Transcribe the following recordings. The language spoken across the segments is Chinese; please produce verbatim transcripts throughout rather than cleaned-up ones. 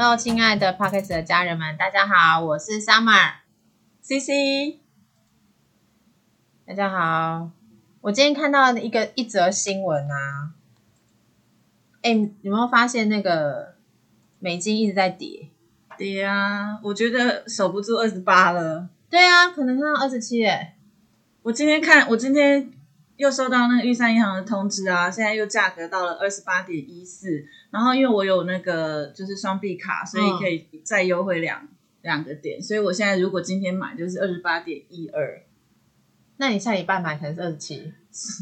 Hello， 亲爱的 Podcast 的家人们，大家好，我是 Summer，C C， 大家好。我今天看到一个一则新闻啊，哎，有没有发现那个美金一直在跌？ 跌啊，我觉得守不住二十八了。 对啊，可能看到二十七耶。 我今天看，我今天又收到那个玉山银行的通知啊，现在又价格到了二十八点一四，然后因为我有那个就是双币卡，所以可以再优惠两两个点，所以我现在如果今天买就是二十八点一二。 那你下礼拜买可能是二十七。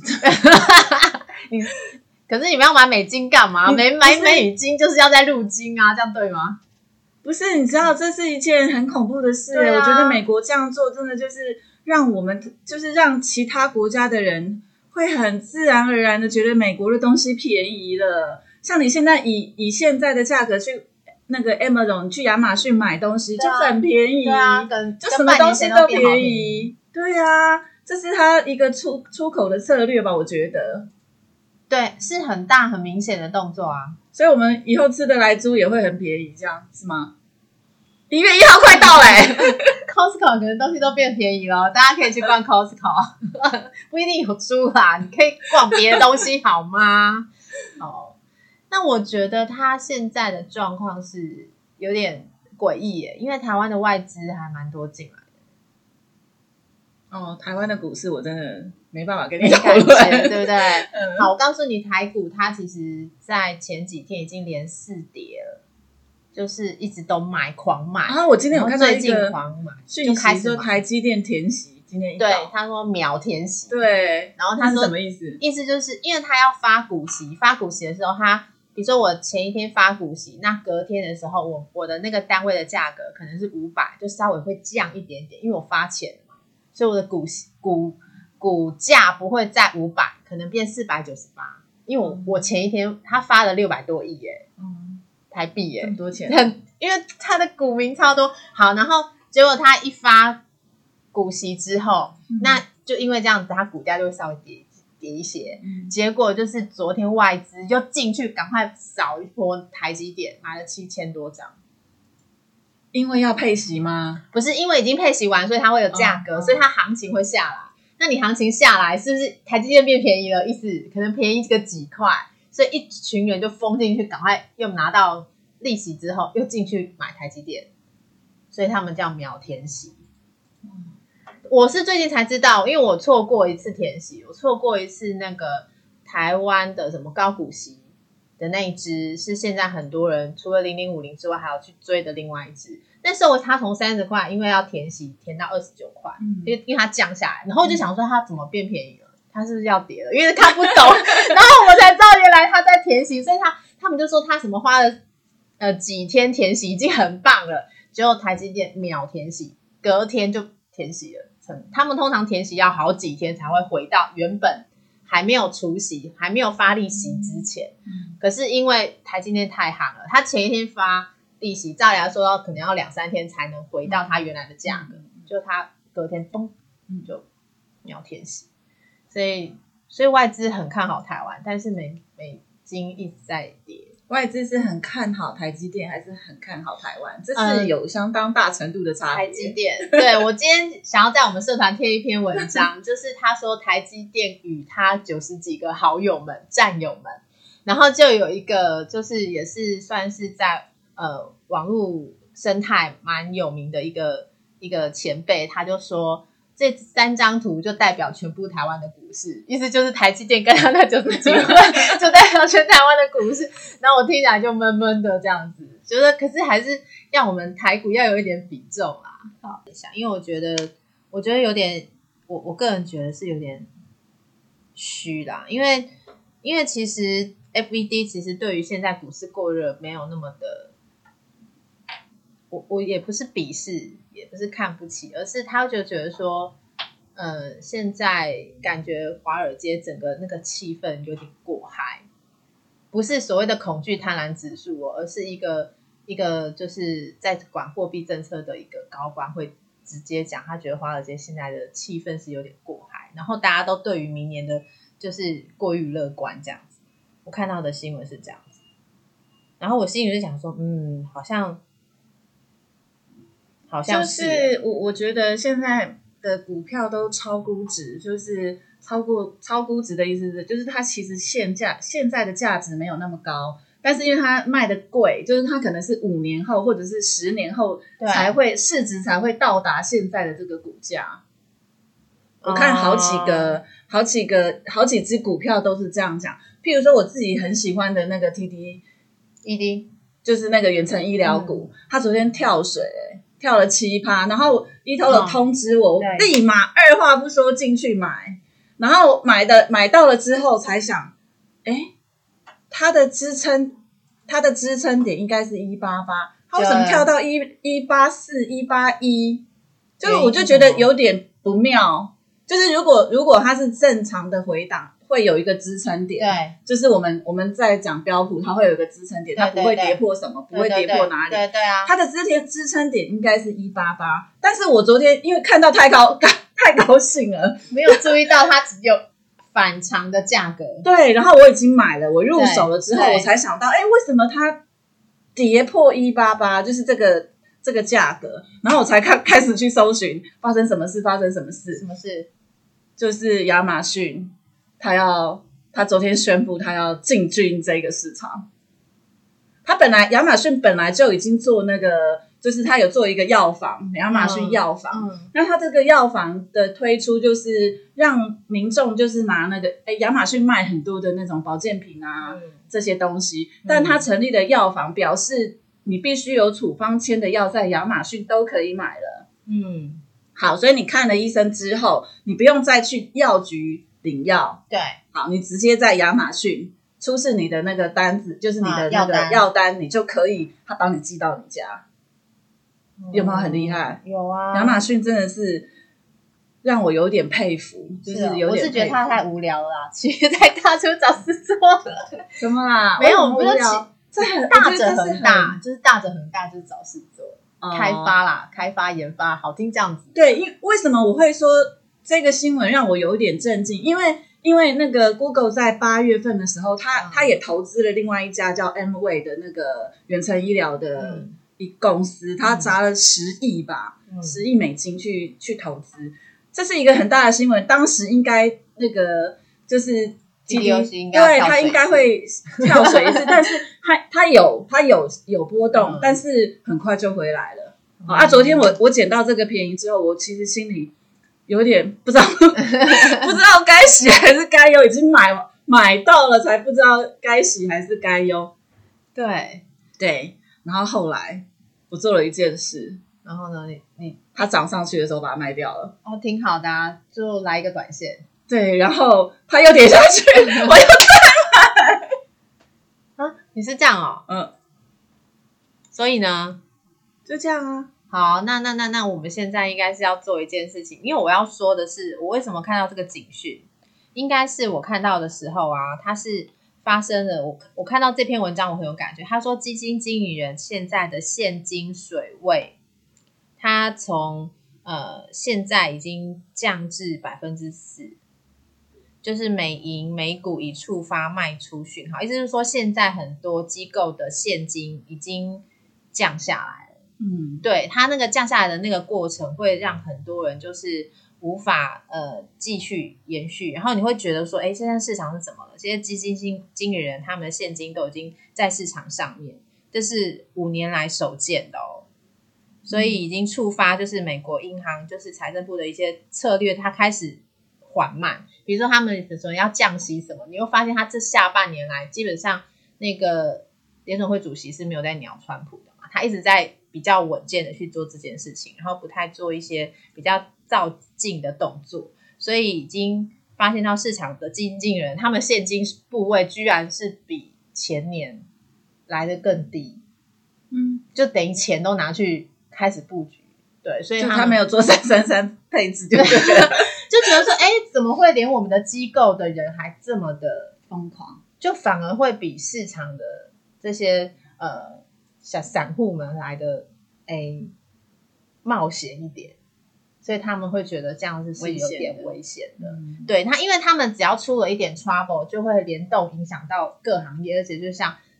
你可是你们要买美金干嘛？没买美金就是要在入金啊，这样对吗？ 不是，你知道这是一件很恐怖的事、啊、我觉得美国这样做真的就是让我们就是让其他国家的人会很自然而然的觉得美国的东西便宜了。像你现在以以现在的价格去那个 Amazon 去亚马逊买东西、啊、就很便宜， 对啊， 就什么东西都便宜。对啊，这是他一个出出口的策略吧，我觉得。 对，是很大很明显的动作啊。 所以我们以后吃的来猪也会很便宜，这样是吗？一月一号快到了、欸、 Costco 可能东西都变便宜了，大家可以去逛 Costco 不一定有猪啦，你可以逛别的东西好吗？哦，那我觉得他现在的状况是有点诡异耶，因为台湾的外资还蛮多进来的。哦，台湾的股市我真的没办法跟你讨论， 对不对、嗯、好，我告诉你，台股它其实在前几天已经连四跌了，就是一直都买狂买啊！我今天有看到一个最近狂买讯息，说台积电填息，今天一对他说秒填息， 对， 然后他说什么意思？ 意思就是因为他要发股息，发股息的时候他。比如说我前一天发股息，那隔天的时候我我的那个单位的价格可能是五百，就稍微会降一点点，因为我发钱了嘛，所以我的股股股价不会在五百，可能变四百九十八，因为我、嗯、我前一天他发了六百多亿耶，嗯，台币耶， 这么多钱， 很因为他的股民超多。好，然后结果他一发股息之后、嗯，那就因为这样子，他股价就会稍微跌。跌一些、嗯，结果就是昨天外资就进去赶快扫一波台积电，买了七千多张。 因为要配息吗？ 不是，因为已经配息完，所以它会有价格、哦、所以它行情会下来。那你行情下来，是不是台积电变便宜了？意思可能便宜个几块，所以一群人就疯进去，赶快又拿到利息之后，又进去买台积电，所以他们叫秒填息。嗯，我是最近才知道，因为我错过一次填息，我错过一次那个台湾的什么高股息的那一支，是现在很多人除了零零五零之外还要去追的另外一支。那时候它从三十块，因为要填息填到二十九块，因为因为它降下来，然后我就想说它怎么变便宜了？它是不是要跌了？因为看不懂，然后我才知道原来它在填息，所以他他们就说他什么花了呃几天填息已经很棒了，结果台积电秒填息，隔天就填息了。他们通常填息要好几天才会回到原本还没有除息还没有发利息之前、嗯、可是因为台积电太夯了，他前一天发利息照理来说可能要两三天才能回到他原来的价格、嗯、就他隔天咚就秒填息，所以所以外资很看好台湾，但是美美金一直在跌。 外资是很看好台积电还是很看好台湾？这是有相当大程度的差别。 台积电，对，我今天想要在我们社团贴一篇文章，就是他说台积电与他九十几个好友们、战友们，然后就有一个就是也是算是在呃网络生态蛮有名的一个一个前辈，他就说这三张图就代表全部台湾的股市，意思就是台积电跟他那九十几个就代表全台湾的股市。然后我听起来就闷闷的这样子，觉得可是还是要我们台股要有一点比重啦。好，因为我觉得我觉得有点我我个人觉得是有点虚啦，因为因为其实 F E D 其实对于现在股市过热没有那么的，我我也不是鄙视，也不是看不起，而是他就觉得说呃，现在感觉华尔街整个那个气氛有点过嗨，不是所谓的恐惧贪婪指数哦，而是一个一个就是在管货币政策的一个高官会直接讲，他觉得华尔街现在的气氛是有点过嗨，然后大家都对于明年的就是过于乐观这样子。我看到的新闻是这样子。 然后我心里就想说，嗯，好像好像是，就是我我觉得现在的股票都超估值，就是超过超估值的意思是，就是它其实现价现在的价值没有那么高，但是因为它卖的贵，就是它可能是五年后或者是十年后才会市值才会到达现在的这个股价。我看好几个、哦、好几个好几只股票都是这样讲，譬如说我自己很喜欢的那个 T D E D， 就是那个远程医疗股、嗯、它昨天跳水、欸、跳了 百分之七， 然后 eToro 通知我、哦、立马二话不说进去买，然后买的买到了之后才想，诶它的支撑它的支撑点应该是一百八十八，它为什么跳到一一八四一八一，就是我就觉得有点不妙，就是如果如果它是正常的回档会有一个支撑点， 对， 就是我们我们在讲标普它会有一个支撑点，它不会跌破什么， 对对对， 不会跌破哪里， 对 对, 对, 对啊， 它的支撑支撑点应该是一百八十八，但是我昨天因为看到太高太高兴了， 没有注意到它只有反常的价格， 对，然后我已经买了，我入手了之后我才想到，哎，为什么它跌破一百八十八，就是这个这个价格，然后我才开开始去搜寻发生什么事，发生什么事？ 什么事？ 就是亚马逊，他要他昨天宣布他要进军这个市场。他本来亚马逊本来就已经做那个，就是他有做一个药房，亚马逊药房。嗯，那他这个药房的推出就是让民众就是拿那个，哎，亚马逊卖很多的那种保健品啊、嗯、这些东西，但他成立的药房表示你必须有处方签的药在亚马逊都可以买了。嗯，好，所以你看了医生之后，你不用再去药局领药。 对， 好，你直接在亚马逊出示你的那个单子，就是你的那个药单，你就可以他帮你寄到你家。有没有很厉害？ 有啊， 亚马逊真的是让我有点佩服，就是有点佩服。 我是觉得他太无聊了啦，其实太大出找事做了。 什么啦？ 没有，我们聊这很大者恒大，就是大者恒大，就是找事做，哦、开发啦，开发研发，好听这样子。 对，因为什么我会说这个新闻让我有点震惊？因为因为那个 Google 在八月份的时候，他、嗯、他也投资了另外一家叫 Amway 的那个远程医疗的。嗯公司他砸了十亿吧，十、嗯、亿美金去去投资，这是一个很大的新闻。当时应该那个就是 G D O C 对他应该会跳水一次，但是他他有他有有波动、嗯，但是很快就回来了。嗯、啊，昨天我我捡到这个便宜之后，我其实心里有点不知道不知道该喜还是该忧，已经买买到了才不知道该喜还是该忧。 对对，然后后来。我做了一件事， 然后呢，你你它涨上去的时候把它卖掉了。 哦，挺好的啊，就来一个短线。 对，然后它又跌下去，我又再买。 啊，你是这样哦？嗯。所以呢， 就这样啊。 好，那那那那我们现在应该是要做一件事情，因为我要说的是，我为什么看到这个警讯，应该是我看到的时候啊，它是。发生了，我我看到这篇文章我很有感觉。他说基金经理人现在的现金水位，他从呃现在已经降至百分之四，就是每盈每股已触发卖出讯号，意思是说现在很多机构的现金已经降下来了。嗯，对，他那个降下来的那个过程会让很多人就是无法呃继续延续，然后你会觉得说，哎，现在市场是怎么了？这些基金经经理人他们的现金都已经在市场上面，这是五年来首见的哦，所以已经触发就是美国银行就是财政部的一些策略，它开始缓慢，比如说他们比如说要降息什么，你会发现他这下半年来基本上那个联总会主席是没有在鸟川普的嘛，他一直在比较稳健的去做这件事情，然后不太做一些比较躁进的动作，所以已经发现到市场的基金经理人他们现金部位居然是比前年来的更低，嗯，就等于钱都拿去开始布局，对，所以 他, 他没有做三三三配置就对了就觉得说，哎，怎么会连我们的机构的人还这么的疯狂，就反而会比市场的这些呃小散户们来的诶冒险一点，所以他们会觉得这样子是有点危险的。嗯、对他，因为他们只要出了一点 trouble， 就会联动影响到各行业，而且就像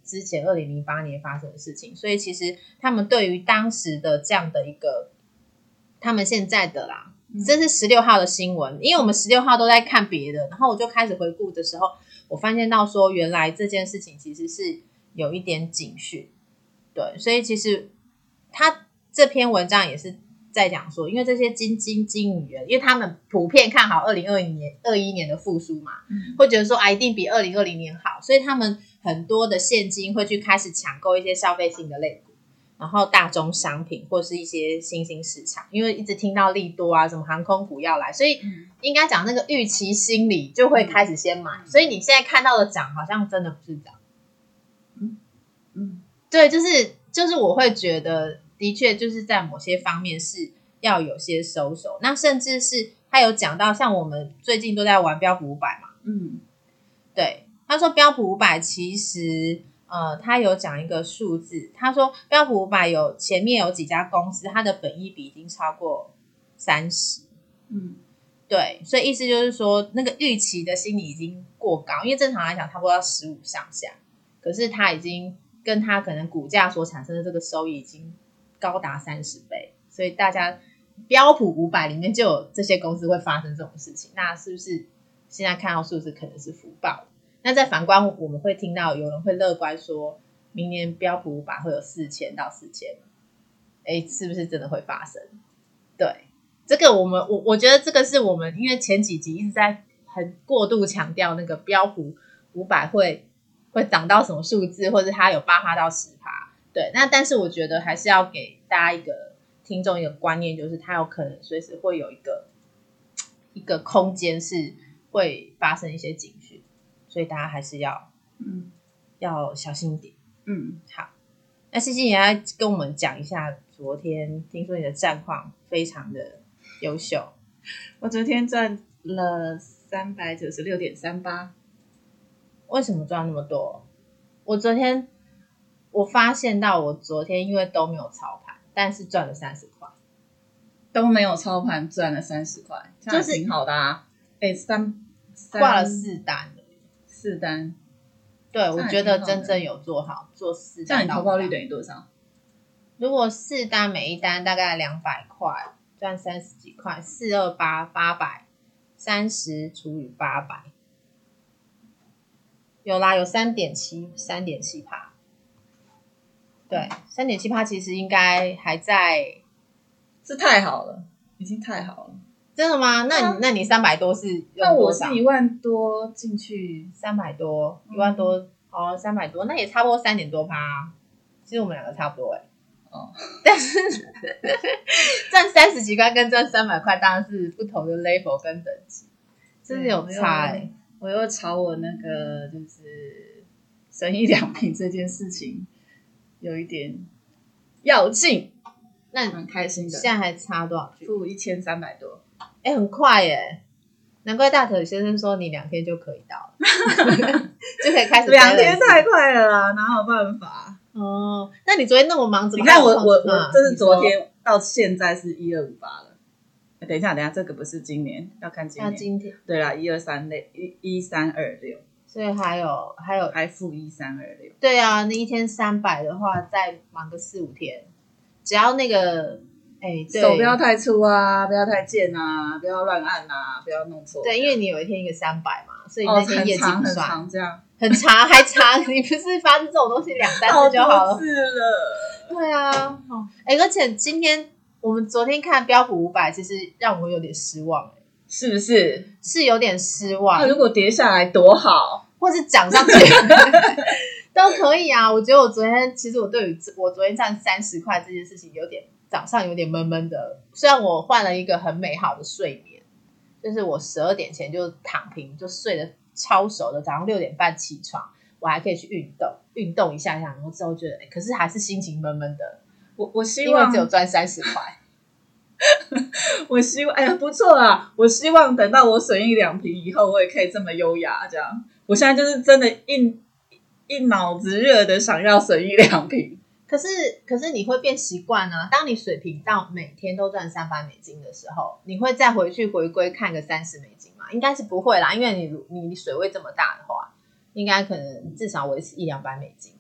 之前二零零八年发生的事情，所以其实他们对于当时的这样的一个他们现在的啦，这是十六号的新闻，因为我们十六号都在看别的，然后我就开始回顾的时候，我发现到说原来这件事情其实是有一点警讯，对，所以其实他这篇文章也是在讲说，因为这些金金金女人，因为他们普遍看好二零二零年二一年的复苏嘛，嗯、会觉得说啊一定比二零二零年好，所以他们很多的现金会去开始抢购一些消费性的类股，然后大宗商品或是一些新兴市场，因为一直听到利多啊，什么航空股要来，所以应该讲那个预期心理就会开始先买，嗯、所以你现在看到的涨好像真的不是涨，嗯嗯，对，就是就是我会觉得的确就是在某些方面是要有些收手，那甚至是他有讲到像我们最近都在玩标普五百嘛，嗯，对，他说标普五百其实呃，他有讲一个数字，他说标普五百有前面有几家公司，它的本益比已经超过三十，嗯，对，所以意思就是说那个预期的心理已经过高，因为正常来讲差不多要十五上下，可是它已经跟它可能股价所产生的这个收益已经高达三十倍，所以大家标普五百里面就有这些公司会发生这种事情，那是不是现在看到数字可能是福报？那在反观我们会听到有人会乐观说明年标普五百会有四千到四千，诶，是不是真的会发生？对，这个我们我我觉得这个是我们因为前几集一直在很过度强调那个标普五百会会涨到什么数字，或者它有八趴到十趴，对，那但是我觉得还是要给大家一个听众一个观念，就是它有可能随时会有一个一个空间是会发生一些警讯，所以大家还是要嗯要小心一点。嗯，好，那西西也要跟我们讲一下，昨天听说你的战况非常的优秀， 我昨天赚了三百九十六点三八， 为什么赚那么多？我昨天我发现到我昨天因为都没有操盘，但是赚了三十块， 都没有操盘赚了三十块，这样挺好的啊。哎、就是，三挂了四单了， 四单， 对，我觉得真正有做好做四单， 这样你投报率等于多少？ 如果四单每一单大概两百块，赚三十几块，四二八八百，三十除以八百，有啦，有三点七三点七趴，对，三点七趴其实应该还在， 这太好了，已经太好了。 真的吗？那你、啊、那你三百多是用多少？ 那我是一万多进去， 三百多，一万多，嗯、哦，三百多，那也差不多三点多趴、啊。其实我们两个差不多哎、欸。哦，但是赚三十几块跟赚三百块当然是不同的 level 跟等级，真是有差哎、欸。 我又朝我那个就是生意两平这件事情有一点要进， 那蛮开心的。 现在还差多少？ 负一千三百多。 哎、欸，很快耶！难怪大头先生说你两天就可以到了，就可以开始。 两天太快了啦，哪有办法？ 哦，那你昨天那么忙，怎么你看我我我这是昨天到现在是一二五八了。等一下，等一下，这个不是今年，要看今年。 要今天。 对啦，一二三六一一三二六， 所以还有还有还负一三二六。 对啊，那一天三百的话，再忙个四五天，只要那个。欸、 手不要太粗啊，不要太贱啊，不要乱按啊，不要弄错。 对，因为你有一天一个三百嘛，所以那天业绩不算。哦、 很长这样， 很长还长，你不是发生这种东西两三次就好了。 好多次了。 对啊，哦，哎、欸，而且今天我们昨天看标普五百，其实让我有点失望、欸， 是不是？ 是有点失望。 那如果跌下来多好， 或是涨上去都可以啊。我觉得我昨天其实我对于我昨天赚三十块这件事情有点。早上有点闷闷的，虽然我换了一个很美好的睡眠，就是我十二点前就躺平，就睡得超熟的，早上六点半起床，我还可以去运动，运动一下下，然后之后觉得，欸、可是还是心情闷闷的。 我我希望因为只有赚三十块， 我希望哎呀不错啊！我希望等到我损益两平以后，我也可以这么优雅这样。我现在就是真的一一脑子热的想要损益两平。 可是，可是你会变习惯啊。当你水平到每天都赚三百美金的时候，你会再回去回归看个三十美金吗？应该是不会啦，因为你你水位这么大的话，应该可能至少维持一两百美金吧。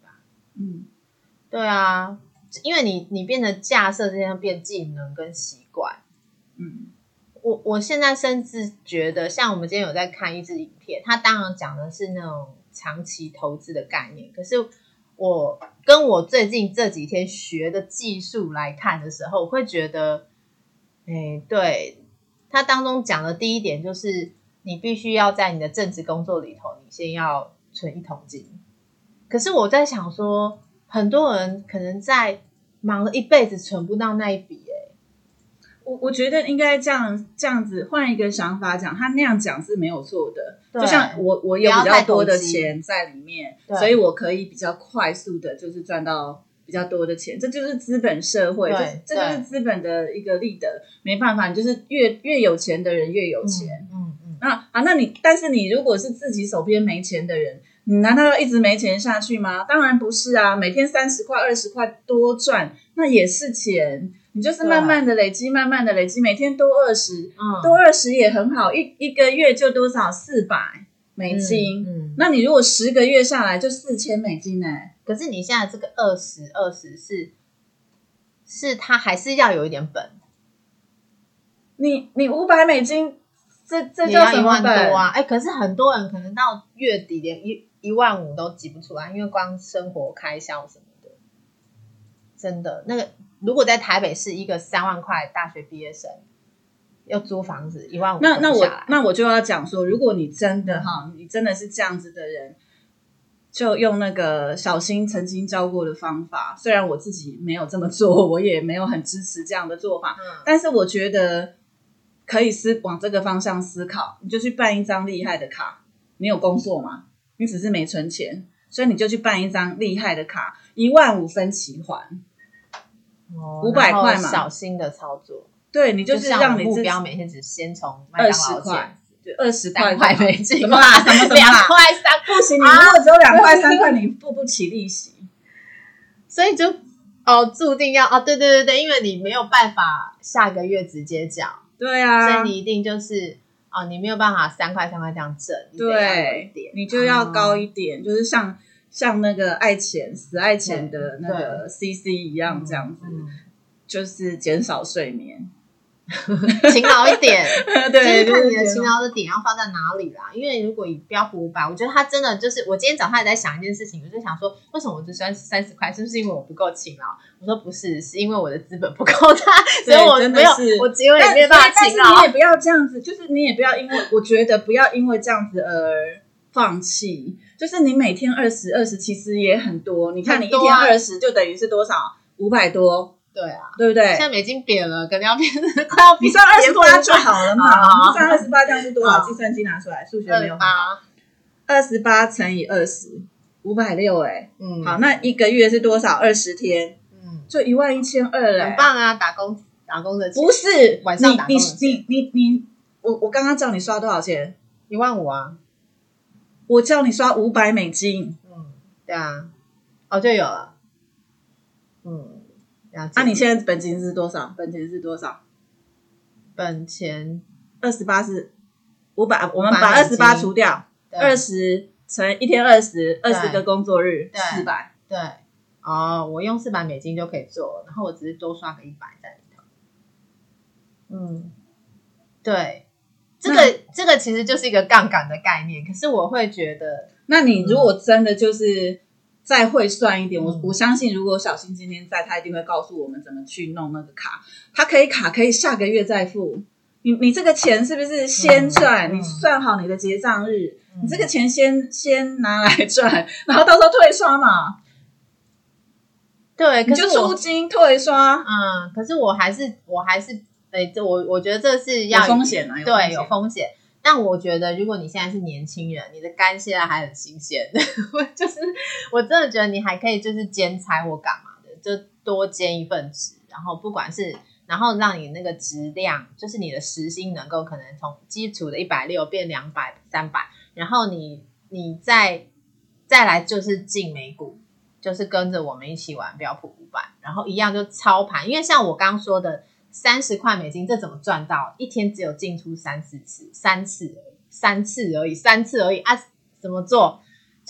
嗯， 对啊，因为你你变成架设这些变技能跟习惯。 嗯， 我我现在甚至觉得，像我们今天有在看一支影片，它当然讲的是那种长期投资的概念，可是我跟我最近这几天学的技术来看的时候，我会觉得，哎，对，它当中讲的第一点就是，你必须要在你的正职工作里头，你先要存一桶金。可是我在想说，很多人可能在忙了一辈子存不到那一笔、欸， 我我觉得应该这样这样子换一个想法讲，他那样讲是没有错的。就像我我有比较多的钱在里面，所以我可以比较快速的，就是赚到比较多的钱，这就是资本社会，这这就是资本的一个利得。没办法，你就是越越有钱的人越有钱。嗯 嗯, 嗯那啊，那你但是你如果是自己手边没钱的人，你难道要一直没钱下去吗？当然不是啊，每天三十块、二十块多赚，那也是钱。你就是慢慢的累积，慢慢的累积，每天多二十，嗯，多二十也很好，一一个月就多少四百美金，嗯嗯，那你如果十个月下来就四千美金哎。 可是你现在这个二十二十是是它还是要有一点本， 你你五百美金，这这叫什么本？ 也要一万多啊？哎，可是很多人可能到月底连一一万五都挤不出来，因为光生活开销什么的，真的那个。如果在台北市一个三万块大学毕业生要租房子一万五， 那那我那我就要讲说，如果你真的哈，你真的是这样子的人，就用那个小新曾经教过的方法。虽然我自己没有这么做，我也没有很支持这样的做法，嗯、但是我觉得可以思往这个方向思考。你就去办一张厉害的卡，你有工作吗？你只是没存钱，所以你就去办一张厉害的卡，一万五分期还。五百块嘛， 小心的操作， 对你就是让你目标每天只先从二十块，就二十块块美金， 什么啊？什么什么两块三不行，你如果只有两块三块，你付不起利息， 所以就哦，注定要哦，对对对对，因为你没有办法下个月直接缴， 对啊， 所以你一定就是哦，你没有办法三块三块这样挣， 对，你就要高一点，就是像。像那个爱钱死爱钱的那个 C C 一样，这样子、嗯、就是减少睡眠， 勤劳一点。 对， 就是看你的勤劳的点要放在哪里啦。因为如果以标普五百，我觉得他真的就是，我今天早上也在想一件事情，我就想说，为什么我只赚三十块？是不是因为我不够勤劳？我说不是，是因为我的资本不够大，所以我没有，我结尾也没有办法勤劳。 但是你也不要这样子，就是你也不要因为，我觉得不要因为这样子而放弃。就是你每天二十二十其实也很多，你看你一天二十就等于是多少？五百多， 对啊， 对不对？ 现在美金贬了，可能要变成快要你算二十八就好了嘛。你算二十八这样是多少？计算机拿出来，数学没有好。二十八乘以二十，五百六哎，嗯，好，那一个月是多少？二十天，嗯，就一万一千二嘞， 很棒啊！打工打工的钱不是晚上打工的钱， 你你你你，我我刚刚叫你刷多少钱？ 一万五啊。 我叫你刷五百美金， 嗯，对啊，哦就有了，嗯，那、啊、 你现在本金是多少？本钱是多少？ 本钱二十八是五百，我们把二十八除掉，二十乘一天二十，二十个工作日，四百， 对，哦，我用四百美金就可以做，然后我只是多刷个一百在里头，嗯，对。这个这个其实就是一个杠杆的概念，可是我会觉得， 那你如果真的就是再会算一点，嗯、我我相信如果小新今天在，他一定会告诉我们怎么去弄那个卡，他可以卡可以下个月再付。你你这个钱是不是先赚？嗯、你算好你的结账日，嗯、你这个钱先先拿来赚，然后到时候退刷嘛。 对， 可是你就出金退刷。 嗯，可是我还是我还是。对，这我我觉得这是要有风险啊，有对，有风险。但我觉得，如果你现在是年轻人，你的肝现在还很新鲜，我就是我真的觉得你还可以就是兼差或干嘛的，就多兼一份职，然后不管是然后让你那个质量，就是你的时薪能够可能从基础的一百六变两百、三百，然后你你再再来就是进美股，就是跟着我们一起玩标普五百，然后一样就操盘，因为像我刚刚说的。三十块美金，这怎么赚到？一天只有进出三四次，三次而已，三次而已，三次而已啊！怎么做？就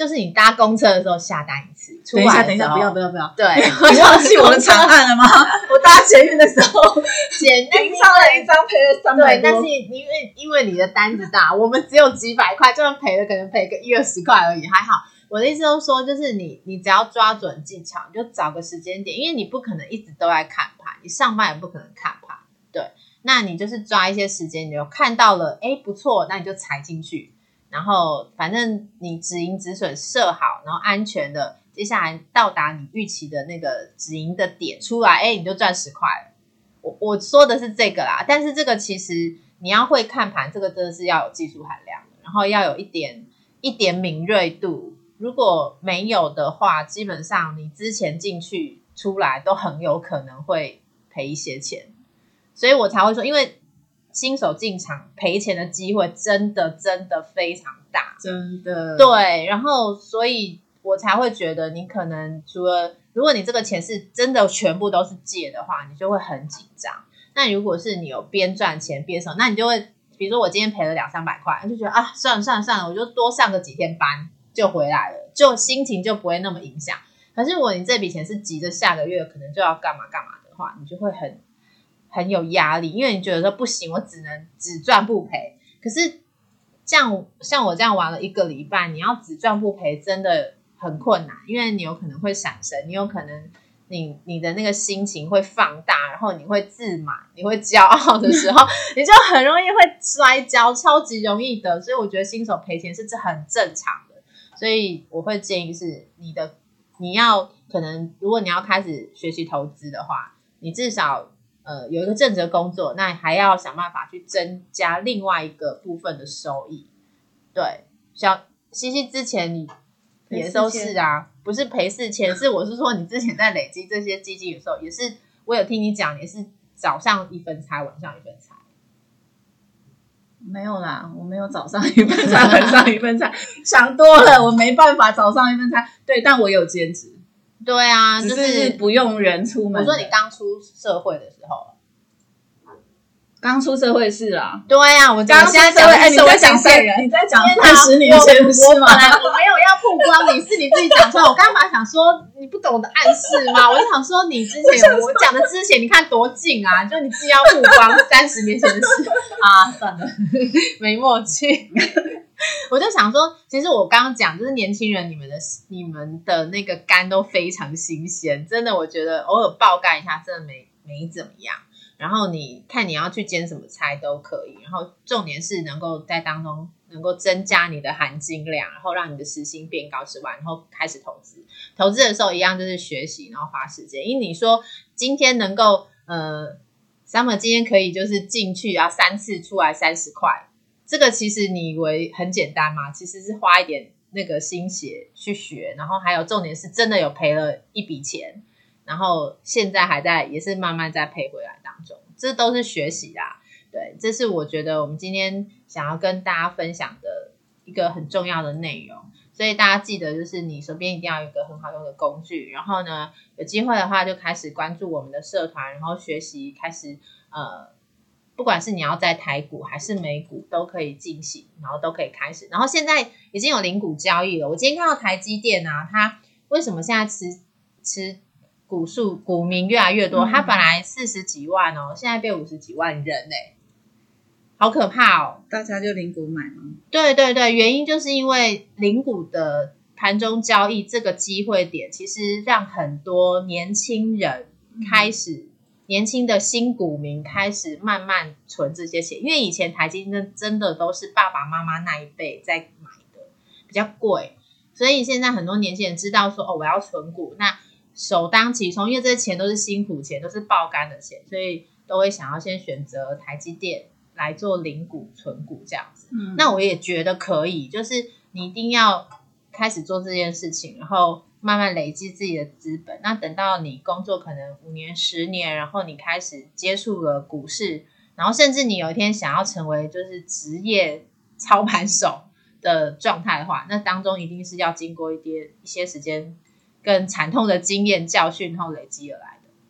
就是你搭公车的时候下单一次，出来的时候等一下，等一下，不要不要不要， 对， 你忘记我的惨案了吗？我搭捷运的时候， 简单停上了一张赔了三百对， 多。 但是因为因为你的单子大，我们只有几百块，就算赔了可能赔个一二十块而已，还好。我的意思就是说，就是你你只要抓准技巧，你就找个时间点，因为你不可能一直都在看盘，你上班也不可能看盘，对，那你就是抓一些时间，你有看到了，哎，不错，那你就踩进去，然后反正你止盈止损设好，然后安全的，接下来到达你预期的那个止盈的点出来，哎，你就赚十块了。我我说的是这个啦，但是这个其实你要会看盘，这个真的是要有技术含量的，然后要有一点一点敏锐度。如果没有的话，基本上你之前进去出来都很有可能会赔一些钱，所以我才会说，因为新手进场赔钱的机会真的真的非常大， 真的对，然后所以我才会觉得你可能除了如果你这个钱是真的全部都是借的话，你就会很紧张。那如果是你有边赚钱边什么，那你就会比如说我今天赔了两三百块，就觉得啊算了算了算了，我就多上个几天班就回来了，就心情就不会那么影响。可是如果你这笔钱是急着下个月可能就要干嘛干嘛的话，你就会很很有压力，因为你觉得说不行，我只能只赚不赔。可是这样像我这样玩了一个礼拜，你要只赚不赔真的很困难，因为你有可能会闪神，你有可能你你的那个心情会放大，然后你会自满，你会骄傲的时候你就很容易会摔跤，超级容易的。所以我觉得新手赔钱是很正常的，所以我会建议是你的你要可能如果你要开始学习投资的话，你至少呃有一个正职工作，那还要想办法去增加另外一个部分的收益。对，小西西之前你也都是啊，不是赔四千，是我是说你之前在累积这些基金的时候，也是我有听你讲，也是早上一分猜，晚上一分猜。 没有啦，我没有早上一份菜，晚上一份菜，想多了，我没办法早上一份菜。对，但我有兼职。 对啊，就是、是不用人出门。 我说你刚出社会的时候。 刚出社会是啦， 对啊，我刚现在讲的是社会新鲜人， 你在讲二十年前的事吗？ 我本来我没有要曝光你，是你自己讲出来。我刚刚本来想说你不懂我的暗示吗？我就想说你之前我讲的之前，你看多近啊！就你自己要曝光三十年前的事啊，算了，没默契。我就想说，其实我刚刚讲就是年轻人，你们的你们的那个肝都非常新鲜，真的，我觉得偶尔爆肝一下，真的没没怎么样。然后你看你要去兼什么差都可以，然后重点是能够在当中能够增加你的含金量，然后让你的时薪变高之外，然后开始投资。投资的时候一样就是学习，然后花时间。因为你说今天能够呃 Summer 今天可以就是进去然后三次出来三十块，这个其实你以为很简单吗？其实是花一点那个心血去学，然后还有重点是真的有赔了一笔钱，然后现在还在也是慢慢在赔回来当中，这都是学习啦。对，这是我觉得我们今天想要跟大家分享的一个很重要的内容。所以大家记得就是你手边一定要有一个很好用的工具，然后呢有机会的话就开始关注我们的社团，然后学习开始呃，不管是你要在台股还是美股都可以进行，然后都可以开始。然后现在已经有零股交易了，我今天看到台积电啊，它为什么现在吃吃股数股民越来越多，它本来四十几万哦，现在变五十几万人欸，好可怕哦！ 大家就零股买吗？ 对对对，原因就是因为零股的盘中交易这个机会点，其实让很多年轻人开始、嗯、年轻的新股民开始慢慢存这些钱，因为以前台积电真的都是爸爸妈妈那一辈在买的，比较贵，所以现在很多年轻人知道说哦，我要存股，那首当其冲，因为这些钱都是辛苦钱，都是爆肝的钱，所以都会想要先选择台积电来做零股存股这样子。嗯，那我也觉得可以，就是你一定要开始做这件事情，然后慢慢累积自己的资本。那等到你工作可能五年、十年，然后你开始接触了股市，然后甚至你有一天想要成为就是职业操盘手的状态的话，那当中一定是要经过一些一些时间跟惨痛的经验教训后累积而来的。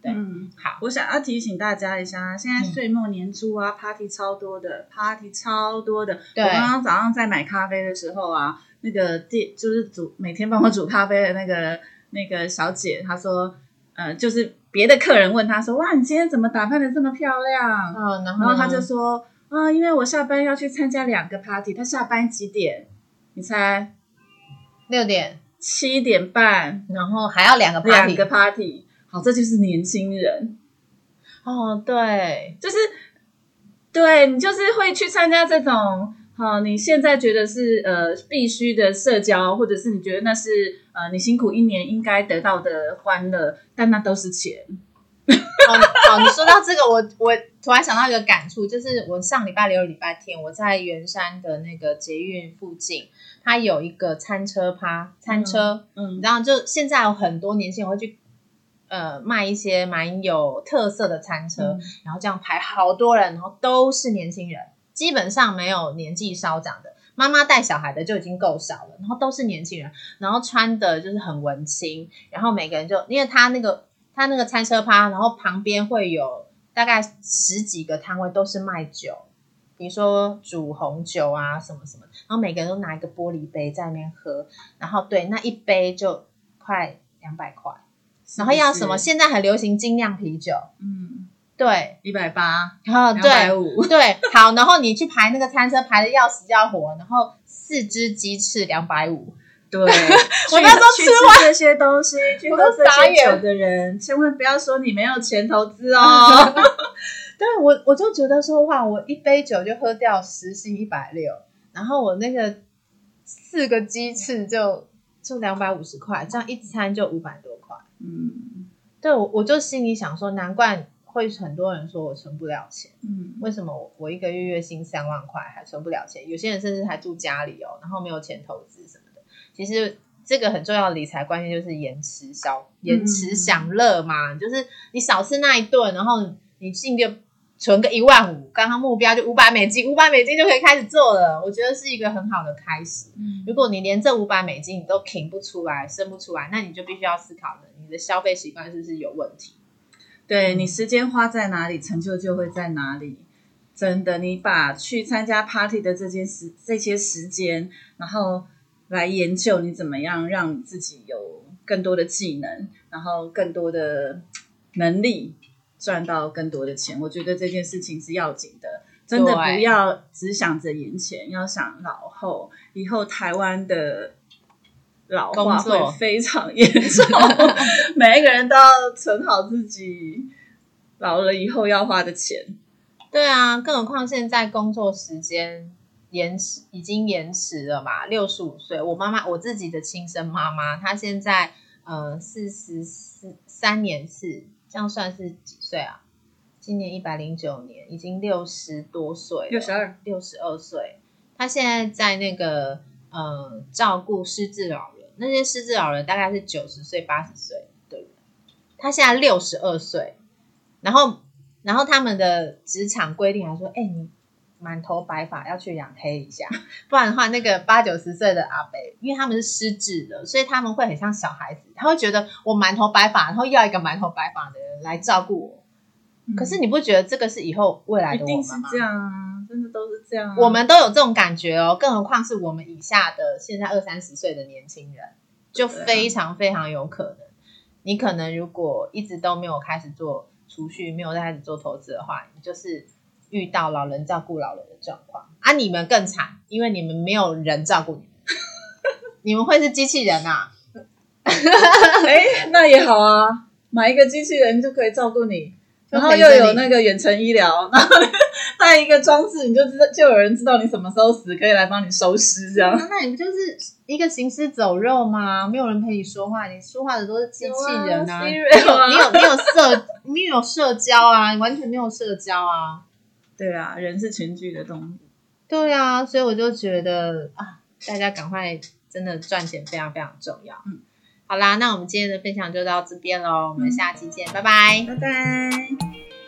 对， 嗯， 好， 我想要提醒大家一下，现在岁末年初啊、嗯、，party 超多的 ，party 超多的。 对， 我刚刚早上在买咖啡的时候啊，那个店就是煮每天帮我煮咖啡的那个那个小姐，她说，呃，就是别的客人问她说，哇，你今天怎么打扮的这么漂亮？ 嗯，然后然后她就说，啊，因为我下班要去参加两个 party， 她下班几点？你猜？ 六点。 七点半， 然后还要两个 party， 两个 party。好，这就是年轻人哦，对， 就是对你就是会去参加这种，好，你现在觉得是呃必须的社交，或者是你觉得那是呃你辛苦一年应该得到的欢乐，但那都是钱。 哦，好，你说到这个，我我突然想到一个感触，就是我上礼拜六、礼拜天，我在圆山的那个捷运附近，它有一个餐车趴，餐车，嗯，嗯然后就现在有很多年轻人会去。呃，卖一些蛮有特色的餐车，嗯、然后这样排好多人，然后都是年轻人，基本上没有年纪稍长的，妈妈带小孩的就已经够少了，然后都是年轻人，然后穿的就是很文青，然后每个人就因为他那个他那个餐车趴，然后旁边会有大概十几个摊位都是卖酒，比如说煮红酒啊什么什么，然后每个人都拿一个玻璃杯在那边喝，然后对那一杯就快两百块。然后要什么？现在很流行精酿啤酒，嗯，对， 一百八， 然后对，两百五十，对，好，然后你去排那个餐车，排的要死要活，然后四只鸡翅两百五， 对，我那时候吃完这些东西，去喝这些酒的人，千万不要说你没有钱投资哦。 对我，我就觉得说哇，我一杯酒就喝掉时薪一百六，然后我那个四个鸡翅就就两百五十块，这样一餐就五百多块。嗯，对，我我就心里想说，难怪会很多人说我存不了钱。嗯，为什么我我一个月月薪三万块还存不了钱？有些人甚至还住家里哦，然后没有钱投资什么的。其实这个很重要的理财观念就是延迟消、延迟享乐嘛，嗯、就是你少吃那一顿，然后你进个存个一万五，刚刚目标就五百美金，五百美金就可以开始做了。我觉得是一个很好的开始。嗯、如果你连这五百美金你都挺不出来、生不出来，那你就必须要思考了，你的消费习惯是不是有问题？ 对，你时间花在哪里，成就就会在哪里。真的，你把去参加 party 的这件事、这些时间，然后来研究你怎么样让你自己有更多的技能，然后更多的能力。赚到更多的钱，我觉得这件事情是要紧的，真的不要只想着眼前，要想老后，以后台湾的老化会非常严重，每一个人都要存好自己老了以后要花的钱。 对啊，更何况现在工作时间延迟已经延迟了嘛，六十五岁，我妈妈我自己的亲生妈妈，她现在呃四十三年次。这样算是几岁啊？今年一百零九年，已经六十多岁了， 六十二， 六十二岁。他现在在那个呃照顾失智老人，那些失智老人大概是九十岁、八十岁的人，他现在六十二岁，然后然后他们的职场规定还说，哎、欸，你满头白发要去养黑一下，不然的话，那个八九十岁的阿伯，因为他们是失智的，所以他们会很像小孩子，他会觉得我满头白发，然后要一个满头白发的人来照顾我。嗯、可是你不觉得这个是以后未来的我们吗？ 一定是这样啊，真的都是这样、啊。 我们都有这种感觉哦，更何况是我们以下的现在二三十岁的年轻人，就非常非常有可能。你可能如果一直都没有开始做储蓄，没有开始做投资的话，你就是遇到老人照顾老人的状况啊，你们更惨，因为你们没有人照顾你们，你们会是机器人啊？ 哎，那也好啊，买一个机器人就可以照顾你，然后又有那个远程医疗，然后带一个装置，你就知道，就有人知道你什么时候死，可以来帮你收尸这样。 啊、那你不就是一个行尸走肉吗？没有人陪你说话，你说话的都是机器人啊！你有你有你有社你有社交啊，你完全没有社交啊。 对啊，人是群居的动物。 对啊，所以我就觉得啊，大家赶快真的赚钱非常非常重要。嗯，好啦，那我们今天的分享就到这边咯，我们下期见，拜拜， 拜拜。